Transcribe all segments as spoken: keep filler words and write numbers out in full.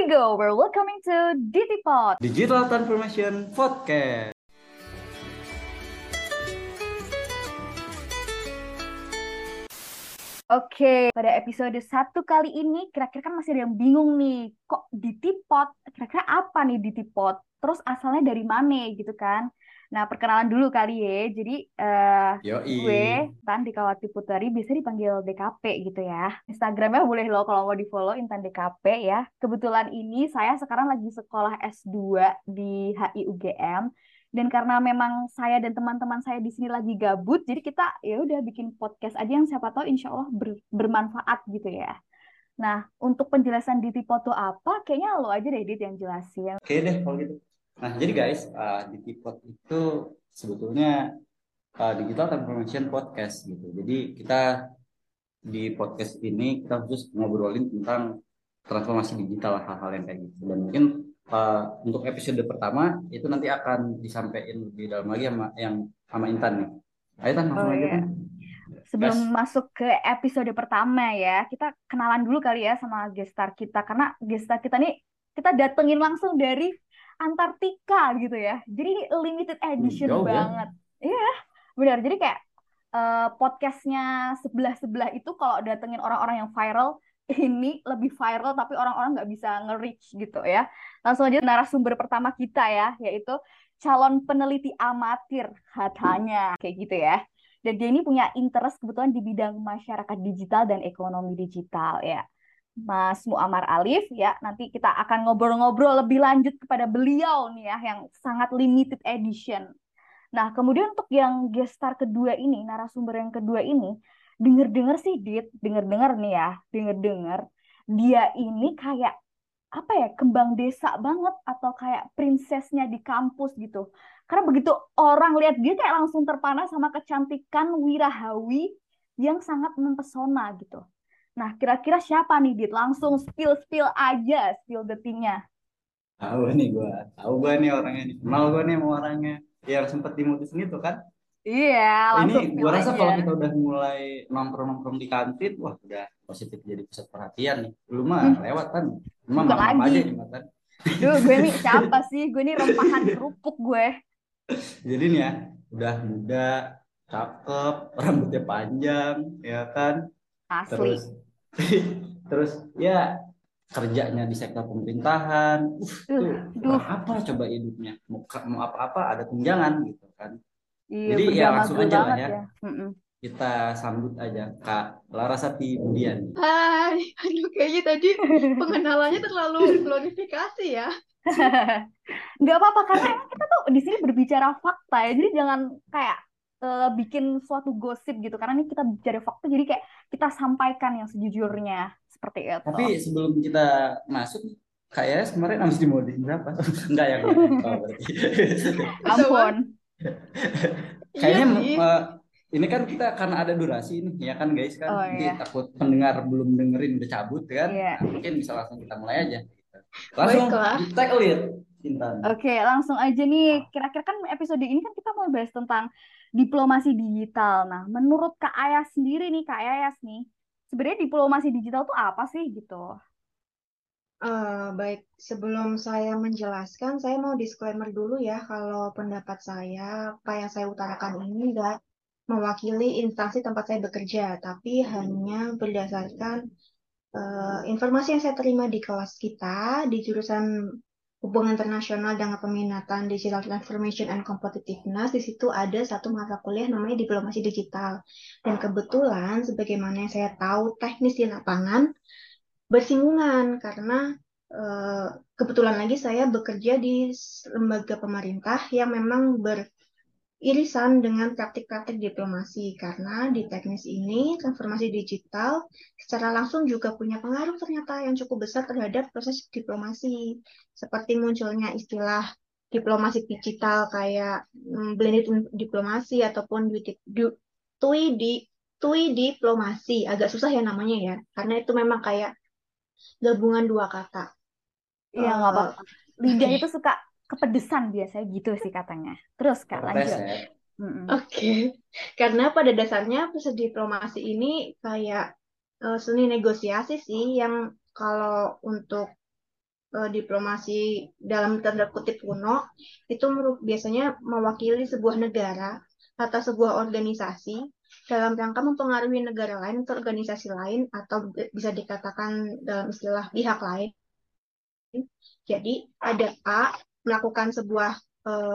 we go. We're welcoming to D T Pod. Digital Transformation Podcast. Oke, pada episode satu kali ini kira-kira kan masih ada yang bingung nih. Kok D T Pod? Kira-kira apa nih D T Pod? Terus asalnya dari mana gitu kan? Nah, perkenalan dulu kali ya. Jadi eh Yoi. gue Tan Dikawati Putari bisa dipanggil D K P gitu ya. Instagramnya boleh loh kalau mau di-follow Intan D K P ya. Kebetulan ini saya sekarang lagi sekolah S dua di H I U G M. Dan karena memang saya dan teman-teman saya di sini lagi gabut, jadi kita ya udah bikin podcast aja yang siapa tahu insya Allah ber- bermanfaat gitu ya. Nah, untuk penjelasan D T Poto apa, kayaknya lo aja deh Dit yang jelasin. Oke deh kalau gitu. Nah, jadi guys, uh, di Tipot itu sebetulnya uh, Digital Transformation Podcast gitu. Jadi kita di podcast ini kita khusus ngobrolin tentang transformasi digital, hal-hal yang kayak gitu. Dan mungkin uh, untuk episode pertama itu nanti akan disampaikan lebih dalam lagi sama yang sama Intan nih. Ayo Tan, Oh langsung aja iya. Tan. Sebelum Gas. masuk ke episode pertama ya, kita kenalan dulu kali ya sama gestar kita. Karena gestar kita nih, kita datengin langsung dari Antartika gitu ya. Jadi ini limited Wih, edition jauh ya. banget. Iya, benar. Jadi kayak eh, podcastnya sebelah-sebelah itu kalau datengin orang-orang yang viral, ini lebih viral tapi orang-orang nggak bisa nge-reach gitu ya. Langsung aja narasumber pertama kita ya, yaitu calon peneliti amatir katanya, kayak gitu ya. Dan dia ini punya interest kebetulan di bidang masyarakat digital dan ekonomi digital ya. Mas Muammar Alif ya, nanti kita akan ngobrol-ngobrol lebih lanjut kepada beliau nih ya, yang sangat limited edition. Nah, kemudian untuk yang guest star kedua ini, narasumber yang kedua ini, denger-denger sih, Dit, denger-denger nih ya, denger-denger, dia ini kayak, apa ya, kembang desa banget, atau kayak prinsesnya di kampus gitu. Karena begitu orang lihat dia kayak langsung terpana sama kecantikan Wirahawi yang sangat mempesona gitu. Nah, kira-kira siapa nih, Dit? Langsung spill-spill aja, spill the tea-nya. Tahu nih gua, tahu gua nih orangnya nih. Kenal gua nih sama orangnya. Yang sempat dimutusin itu kan. Iya, Ini langsung spill gua rasa aja. kalau kita udah mulai nongkrong-nongkrong di kantin, wah udah positif jadi pusat perhatian nih. Lu mah Hmm, lewat kan. Lu mah bukan maaf-maaf lagi. aja nih kan. Duh, gue nih siapa sih? Gue nih rempahan kerupuk gue. Jadi nih ya, udah muda, cakep, rambutnya panjang, ya kan. Terus Asli. terus ya kerjanya di sektor pemerintahan. Uh, Duh, tuh duh. kurang apa coba hidupnya? Mau, mau apa-apa ada tunjangan gitu kan. Iya, Jadi ya langsung bergama-gama aja lah banget ya. ya. Mm-mm. Kita sambut aja Kak Larasati Budian. Hai, aduh kayaknya tadi pengenalannya terlalu glorifikasi ya. Nggak apa-apa, karena emang kita tuh di sini berbicara fakta ya. Jadi jangan kayak eh, bikin suatu gosip gitu. Karena ini kita bicara fakta, jadi kayak kita sampaikan yang sejujurnya. Seperti itu. Tapi sebelum kita masuk, kayaknya kemarin habis dimodif berapa? Enggak ya, enggak. Oh, berarti. Coba. Ampun. Iya Kayaknya sih. eh, ini kan kita karena ada durasi ini ya kan guys kan. Oh Nanti iya. takut pendengar belum dengerin udah cabut kan. Iya. Nah, mungkin bisa langsung kita mulai aja. Gitu. Langsung Baiklah. di tag lead Intan. Oke, langsung aja nih. Kira-kira kan episode ini kan kita mau bahas tentang diplomasi digital. Nah, menurut Kak Ayas sendiri nih, Kak Ayas nih, sebenarnya diplomasi digital tuh apa sih gitu? Eh, baik, sebelum saya menjelaskan, saya mau disclaimer dulu ya kalau pendapat saya, apa yang saya utarakan ini enggak mewakili instansi tempat saya bekerja, tapi hanya berdasarkan eh, informasi yang saya terima di kelas kita di jurusan Hubungan Internasional dan Peminatan Digital Transformation and Competitiveness. Di situ ada satu mata kuliah namanya Diplomasi Digital. Dan kebetulan, sebagaimana yang saya tahu teknis di lapangan, bersinggungan karena eh, kebetulan lagi saya bekerja di lembaga pemerintah yang memang beririsan dengan praktik-praktik diplomasi karena di teknis ini transformasi digital secara langsung juga punya pengaruh ternyata yang cukup besar terhadap proses diplomasi seperti munculnya istilah diplomasi digital kayak mm, blended diplomasi ataupun dui du- tui di tui diplomasi agak susah ya namanya ya karena itu memang kayak gabungan dua kata. Iya, nggak Eh, apa-apa. Lidah Oke, itu suka kepedesan biasanya gitu sih katanya. Terus, Kak, lanjut. Kepeset. Mm-mm. oke. Karena pada dasarnya proses diplomasi ini kayak eh, seni negosiasi sih yang kalau untuk eh, diplomasi dalam tanda kutip kuno itu meru- biasanya mewakili sebuah negara atau sebuah organisasi dalam rangka mempengaruhi negara lain atau organisasi lain atau bi- bisa dikatakan dalam istilah pihak lain. Jadi ada A melakukan sebuah eh,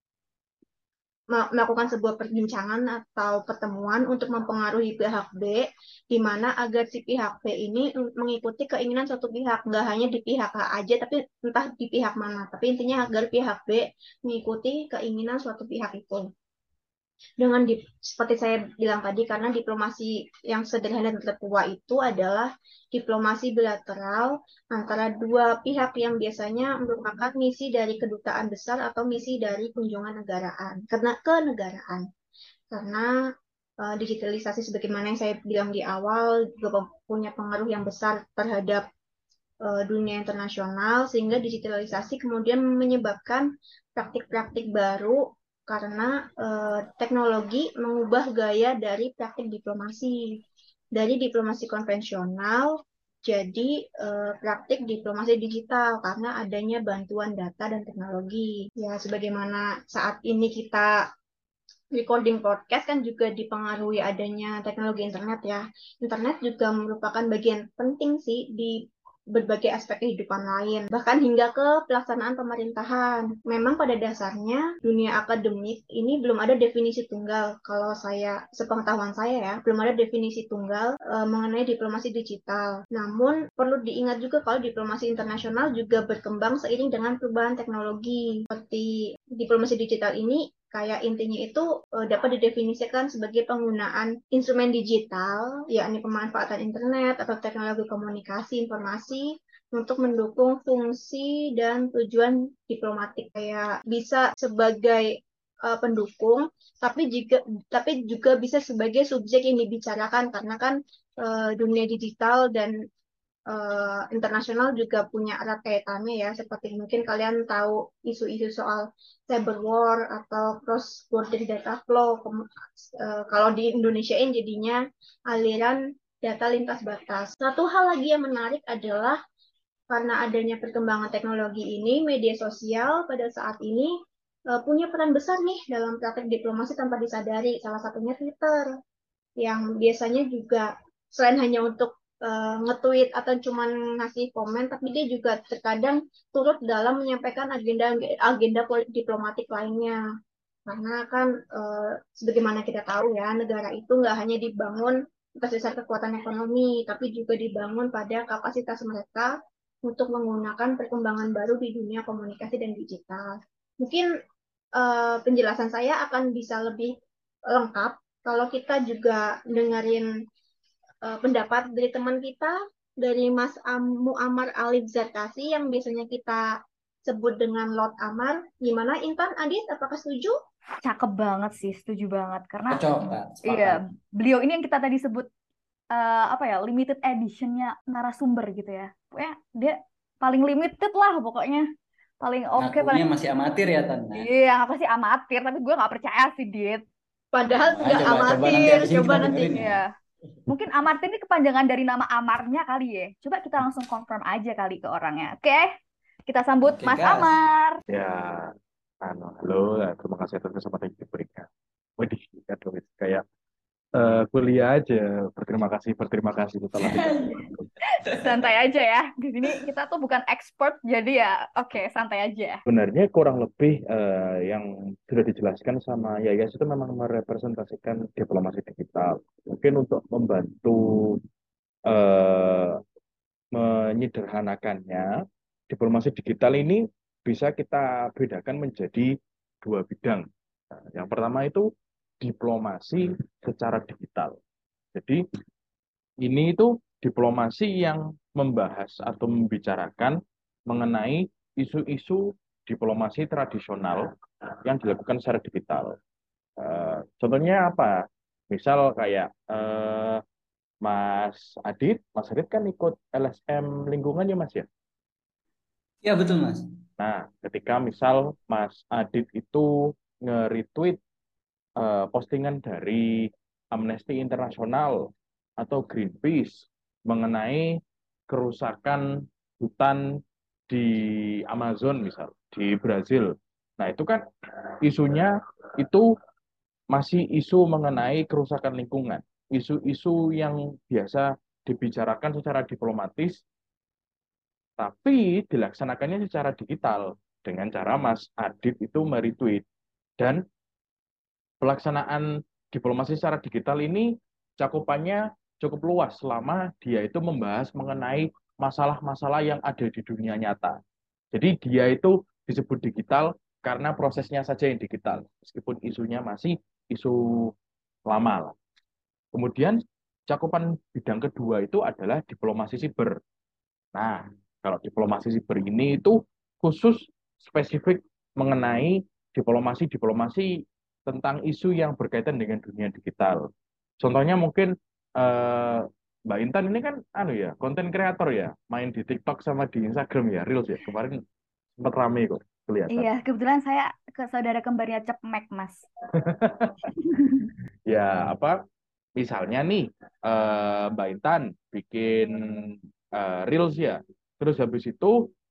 me- melakukan sebuah perbincangan atau pertemuan untuk mempengaruhi pihak B, di mana agar si pihak B ini mengikuti keinginan suatu pihak, nggak hanya di pihak A aja, tapi entah di pihak mana. Tapi intinya agar pihak B mengikuti keinginan suatu pihak itu. Dengan di, seperti saya bilang tadi, karena diplomasi yang sederhana dan tertua itu adalah diplomasi bilateral antara dua pihak yang biasanya merupakan misi dari kedutaan besar atau misi dari kunjungan negaraan, karena kenegaraan. Karena uh, digitalisasi sebagaimana yang saya bilang di awal juga punya pengaruh yang besar terhadap uh, dunia internasional, sehingga digitalisasi kemudian menyebabkan praktik-praktik baru karena uh, teknologi mengubah gaya dari praktik diplomasi. Dari diplomasi konvensional jadi uh, praktik diplomasi digital karena adanya bantuan data dan teknologi. Ya, sebagaimana saat ini kita recording podcast kan juga dipengaruhi adanya teknologi internet ya. Internet juga merupakan bagian penting sih di berbagai aspek kehidupan lain, bahkan hingga ke pelaksanaan pemerintahan. Memang pada dasarnya dunia akademik ini belum ada definisi tunggal. Kalau saya, sepengetahuan saya ya, belum ada definisi tunggal e, mengenai diplomasi digital. Namun perlu diingat juga kalau diplomasi internasional juga berkembang seiring dengan perubahan teknologi. Seperti diplomasi digital ini kayak intinya itu uh, dapat didefinisikan sebagai penggunaan instrumen digital, yakni pemanfaatan internet atau teknologi komunikasi informasi untuk mendukung fungsi dan tujuan diplomatik. Kayak bisa sebagai uh, pendukung, tapi juga tapi juga bisa sebagai subjek yang dibicarakan karena kan uh, dunia digital dan uh, internasional juga punya erat kaitannya ya, seperti mungkin kalian tahu isu-isu soal cyber war atau cross border data flow. Uh, kalau di Indonesia ini jadinya aliran data lintas batas. Satu hal lagi yang menarik adalah karena adanya perkembangan teknologi ini, media sosial pada saat ini uh, punya peran besar nih dalam praktek diplomasi tanpa disadari. Salah satunya Twitter yang biasanya juga selain hanya untuk uh, nge-tweet atau cuman ngasih komen, tapi dia juga terkadang turut dalam menyampaikan agenda agenda diplomatik lainnya. Karena kan uh, sebagaimana kita tahu ya, negara itu nggak hanya dibangun atas dasar kekuatan ekonomi, tapi juga dibangun pada kapasitas mereka untuk menggunakan perkembangan baru di dunia komunikasi dan digital. Mungkin uh, penjelasan saya akan bisa lebih lengkap kalau kita juga dengerin uh, pendapat dari teman kita, dari Mas Am Muammar Alif Zarkasi yang biasanya kita sebut dengan Lord Amar. Gimana Intan, Adit, apakah setuju? Cakep banget sih, setuju banget. Karena Cocok, Kak. iya, Sepakat. beliau ini yang kita tadi sebut eh, apa ya, limited editionnya narasumber gitu ya. Pokoknya dia paling limited lah pokoknya. Paling oke, Ngakunya paling masih amatir ya, Tanda. iya, apa sih amatir, tapi gue nggak percaya sih, Dit. Padahal Makanya nggak coba coba nanti amatir, habis ini coba kita nanti. dengerin ya. Iya. Mungkin Amarty ini kepanjangan dari nama Amarnya kali ya. Coba kita langsung confirm aja kali ke orangnya. Oke, kita sambut Oke, Mas gas. Amar. Ya, anu, halo, ya, terima kasih atas kesempatan yang diberikan. Waduh, aduh, kayak eh, kuliah aja. Berterima kasih, berterima kasih setelah tiga bulan. Santai aja ya. Di sini kita tuh bukan expert, jadi ya oke, santai aja. Sebenarnya kurang lebih eh, yang sudah dijelaskan sama Yayas itu memang merepresentasikan diplomasi digital. Mungkin untuk membantu eh, menyederhanakannya, diplomasi digital ini bisa kita bedakan menjadi dua bidang. Nah, yang pertama itu diplomasi secara digital. Jadi ini itu diplomasi yang membahas atau membicarakan mengenai isu-isu diplomasi tradisional yang dilakukan secara digital. Eh, contohnya apa? Misal kayak eh, Mas Adit, Mas Adit kan ikut L S M lingkungan ya Mas ya? Ya, betul, Mas. Nah, ketika misal Mas Adit itu nge-retweet eh, postingan dari Amnesty International atau Greenpeace mengenai kerusakan hutan di Amazon misal, di Brazil. Nah, itu kan isunya itu masih isu mengenai kerusakan lingkungan. Isu-isu yang biasa dibicarakan secara diplomatis, tapi dilaksanakannya secara digital dengan cara Mas Adit itu meretweet. Dan pelaksanaan diplomasi secara digital ini cakupannya cukup luas selama dia itu membahas mengenai masalah-masalah yang ada di dunia nyata. Jadi dia itu disebut digital karena prosesnya saja yang digital, meskipun isunya masih isu lama lah. Kemudian cakupan bidang kedua itu adalah diplomasi siber. Nah, kalau diplomasi siber ini itu khusus spesifik mengenai diplomasi-diplomasi tentang isu yang berkaitan dengan dunia digital. Contohnya mungkin eh, Mbak Intan ini kan anu ya, konten kreator ya, main di TikTok sama di Instagram ya, Reels ya. Kemarin sempat rame kok kelihatan. Iya, kebetulan saya ke saudara kembarnya Cepmek, Mas. Ya, apa misalnya nih eh, Mbak Intan bikin eh, Reels ya. Terus habis itu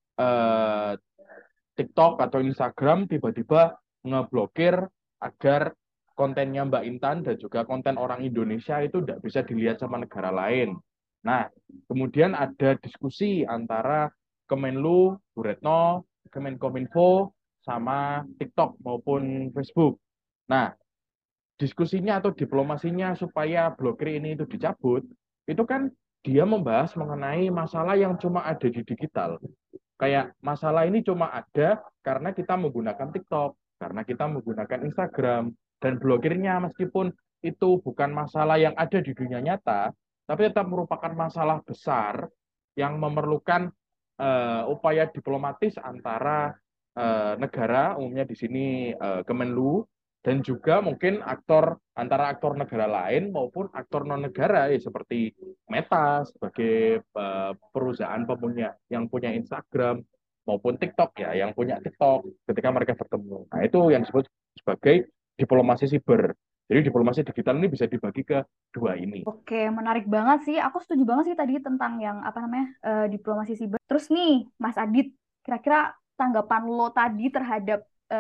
eh, TikTok atau Instagram tiba-tiba ngeblokir agar kontennya Mbak Intan dan juga konten orang Indonesia itu tidak bisa dilihat sama negara lain. Nah, kemudian ada diskusi antara Kemenlu, Bu Retno, Kemenkominfo, sama TikTok maupun Facebook. Nah, diskusinya atau diplomasinya supaya blokir ini itu dicabut, itu kan dia membahas mengenai masalah yang cuma ada di digital. Kayak masalah ini cuma ada karena kita menggunakan TikTok, karena kita menggunakan Instagram, dan blokirnya meskipun itu bukan masalah yang ada di dunia nyata, tapi tetap merupakan masalah besar yang memerlukan uh, upaya diplomatis antara uh, negara, umumnya di sini uh, Kemenlu, dan juga mungkin aktor antara aktor negara lain maupun aktor non negara ya seperti Meta sebagai uh, perusahaan pemunya yang punya Instagram maupun TikTok ya yang punya TikTok ketika mereka bertemu. Nah, itu yang disebut sebagai diplomasi siber. Jadi diplomasi digital ini bisa dibagi ke dua ini. Oke, menarik banget sih. Aku setuju banget sih tadi tentang yang apa namanya eh, diplomasi siber. Terus nih, Mas Adit, kira-kira tanggapan lo tadi terhadap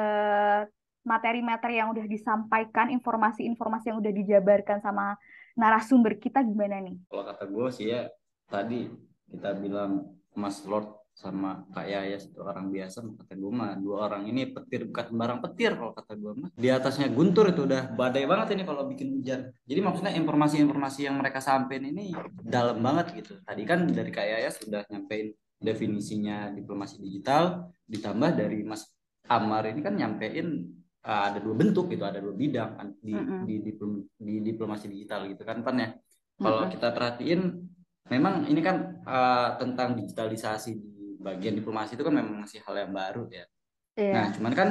eh, materi-materi yang udah disampaikan, informasi-informasi yang udah dijabarkan sama narasumber kita gimana nih? Kalau kata gue sih ya, tadi kita bilang Mas Lord sama Kak Yayas itu orang biasa, kata gue mah dua orang ini petir bukan sembarang petir. Kalau kata gue mah di atasnya guntur itu udah badai banget ini kalau bikin hujan. Jadi maksudnya informasi-informasi yang mereka sampein ini dalam banget gitu. Tadi kan dari Kak Yayas sudah nyampein definisinya diplomasi digital, ditambah dari Mas Amar ini kan nyampein uh, ada dua bentuk gitu, ada dua bidang kan, di, Mm-mm. di, di, di diplomasi digital gitu kan Pan ya. Kalau Mm-mm. kita perhatiin, memang ini kan uh, tentang digitalisasi di bagian diplomasi itu kan memang masih hal yang baru ya. Nah, Iya. cuman kan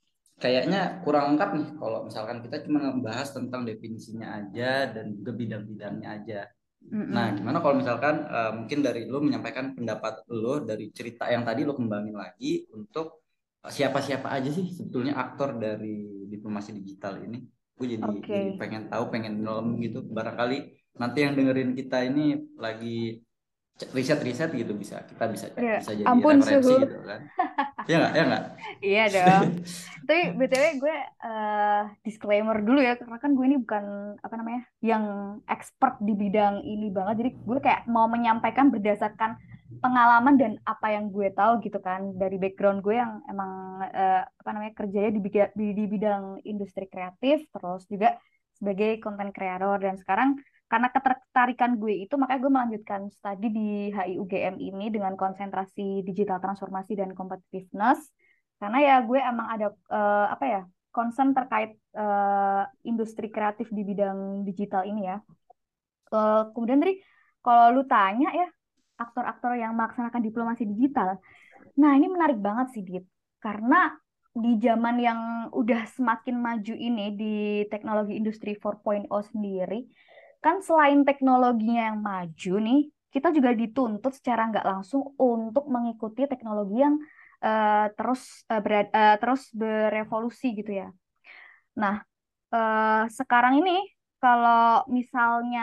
kayaknya kurang lengkap nih kalau misalkan kita cuma membahas tentang definisinya aja dan juga bidang-bidangnya aja. Nah, Mm-mm. gimana kalau misalkan uh, mungkin dari lo menyampaikan pendapat lo dari cerita yang tadi lo kembangin lagi untuk uh, siapa-siapa aja sih sebetulnya aktor dari diplomasi digital ini? Gue jadi jadi Oke. pengen tahu, pengen nyelam gitu. Barangkali nanti yang dengerin kita ini lagi riset-riset gitu bisa kita bisa Ya, bisa jadi ampun referensi suhu. gitu kan. Ya nggak? Ya nggak? Iya dong. Tapi B T W gue eh, disclaimer dulu ya, karena kan gue ini bukan apa namanya yang expert di bidang ini banget. Jadi gue kayak mau menyampaikan berdasarkan pengalaman dan apa yang gue tahu gitu kan dari background gue yang emang eh, apa namanya kerjanya di, biga- di, di bidang industri kreatif, terus juga sebagai content creator dan sekarang karena ketertarikan gue itu makanya gue melanjutkan studi di H I U G M ini dengan konsentrasi digital transformasi dan competitiveness karena ya gue emang ada eh, apa ya concern terkait eh, industri kreatif di bidang digital ini ya. Eh, kemudian tadi kalau lu tanya ya aktor-aktor yang melaksanakan diplomasi digital, nah ini menarik banget sih Dit, karena di zaman yang udah semakin maju ini di teknologi industri empat titik nol sendiri, kan selain teknologinya yang maju nih, kita juga dituntut secara nggak langsung untuk mengikuti teknologi yang eh, terus eh, berad- eh, terus berevolusi gitu ya. Nah, eh, sekarang ini kalau misalnya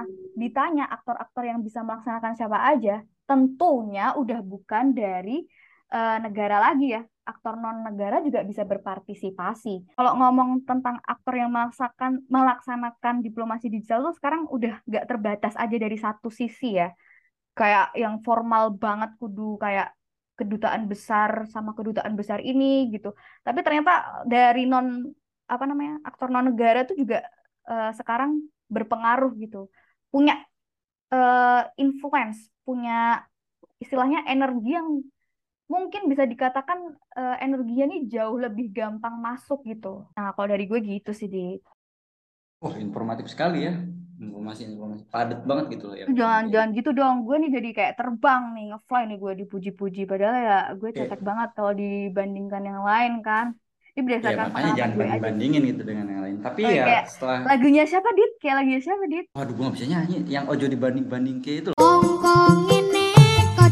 ditanya aktor-aktor yang bisa melaksanakan siapa aja, tentunya udah bukan dari eh, negara lagi ya. Aktor non negara juga bisa berpartisipasi. Kalau ngomong tentang aktor yang melaksanakan melaksanakan diplomasi digital tuh sekarang udah nggak terbatas aja dari satu sisi ya. Kayak yang formal banget kudu kayak kedutaan besar sama kedutaan besar ini gitu. Tapi ternyata dari non apa namanya aktor non negara tuh juga eh, sekarang berpengaruh gitu. Punya eh, influence, punya istilahnya energi yang mungkin bisa dikatakan eh, energinya nih jauh lebih gampang masuk gitu. Nah, kalau dari gue gitu sih, di Wah, informatif sekali ya. Informasi-informasi padat banget gitu loh ya. jangan jangan gitu dong. Gue nih jadi kayak terbang nih, ngefly nih gue dipuji-puji. Padahal ya gue cetek Oke. banget kalau dibandingkan yang lain kan. Ini Ya berdasarkan makanya pengalaman jangan gue aja sih. banding-bandingin gitu dengan yang lain. Tapi Oke, ya kayak setelah, lagunya siapa, Dit? Kayak lagunya siapa, Dit? waduh gue gak bisa nyanyi. Yang ojo dibanding-banding kayak itu loh. Wong ini kok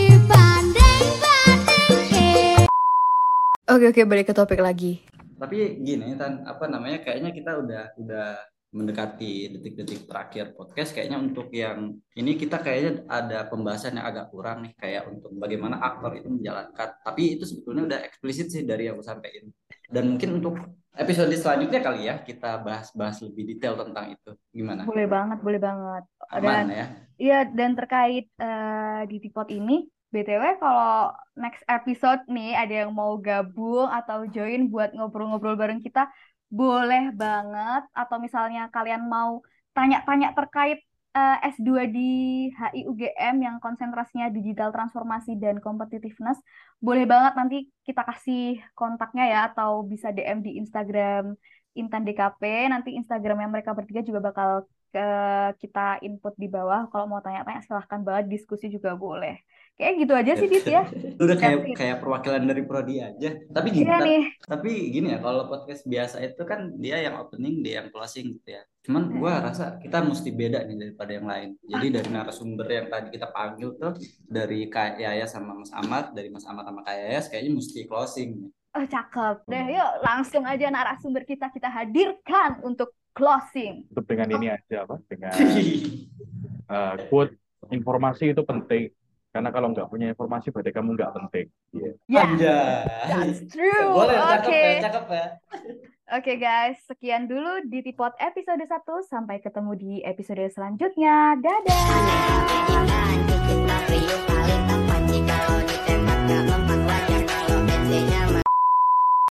dibanding-bandingke. Oke, oke, balik ke topik lagi. Tapi gini Tan, apa namanya? Kayaknya kita udah udah mendekati detik-detik terakhir podcast. Kayaknya untuk yang ini kita kayaknya ada pembahasan yang agak kurang nih, kayak untuk bagaimana aktor itu menjalankan. Tapi itu sebetulnya udah eksplisit sih dari yang aku sampaikan. Dan mungkin untuk episode selanjutnya kali ya kita bahas-bahas lebih detail tentang itu. Gimana? Boleh banget, boleh banget. Dan Aman ya? iya, dan terkait eh, di Tipot ini, B T W kalau next episode nih ada yang mau gabung atau join buat ngobrol-ngobrol bareng kita, boleh banget. Atau misalnya kalian mau tanya-tanya terkait eh, S dua di H I U G M yang konsentrasinya digital transformasi dan competitiveness, boleh banget nanti kita kasih kontaknya ya, atau bisa D M di Instagram Intan D K P. Nanti Instagramnya mereka bertiga juga bakal ke kita input di bawah. Kalau mau tanya-tanya silahkan banget, diskusi juga boleh. Kayak gitu aja sih, Dit ya. Udah kayak That's it. kayak perwakilan dari prodi aja. Tapi gini, Iya ta- nih. tapi gini ya, kalau podcast biasa itu kan dia yang opening, dia yang closing gitu ya. Cuman gua Mm-mm. rasa kita mesti beda nih daripada yang lain. Jadi dari narasumber yang tadi kita panggil tuh, dari Kak Yaya sama Mas Ahmad, dari Mas Ahmad sama Kak Yaya kayaknya mesti closing. Oh, cakep. Deh, yuk langsung aja narasumber kita kita hadirkan untuk closing. Tutup dengan ini aja apa? Dengan eh, quote informasi itu penting. Karena kalau nggak punya informasi berarti kamu nggak penting. Iya. Ya, Anjay. that's true. Boleh, Oke. cakep ya, cakep ya. Oke guys, sekian dulu di Tipot episode satu. Sampai ketemu di episode selanjutnya. Dadah. Aneh, aneh, aneh, aneh, aneh, aneh, aneh, aneh, aneh,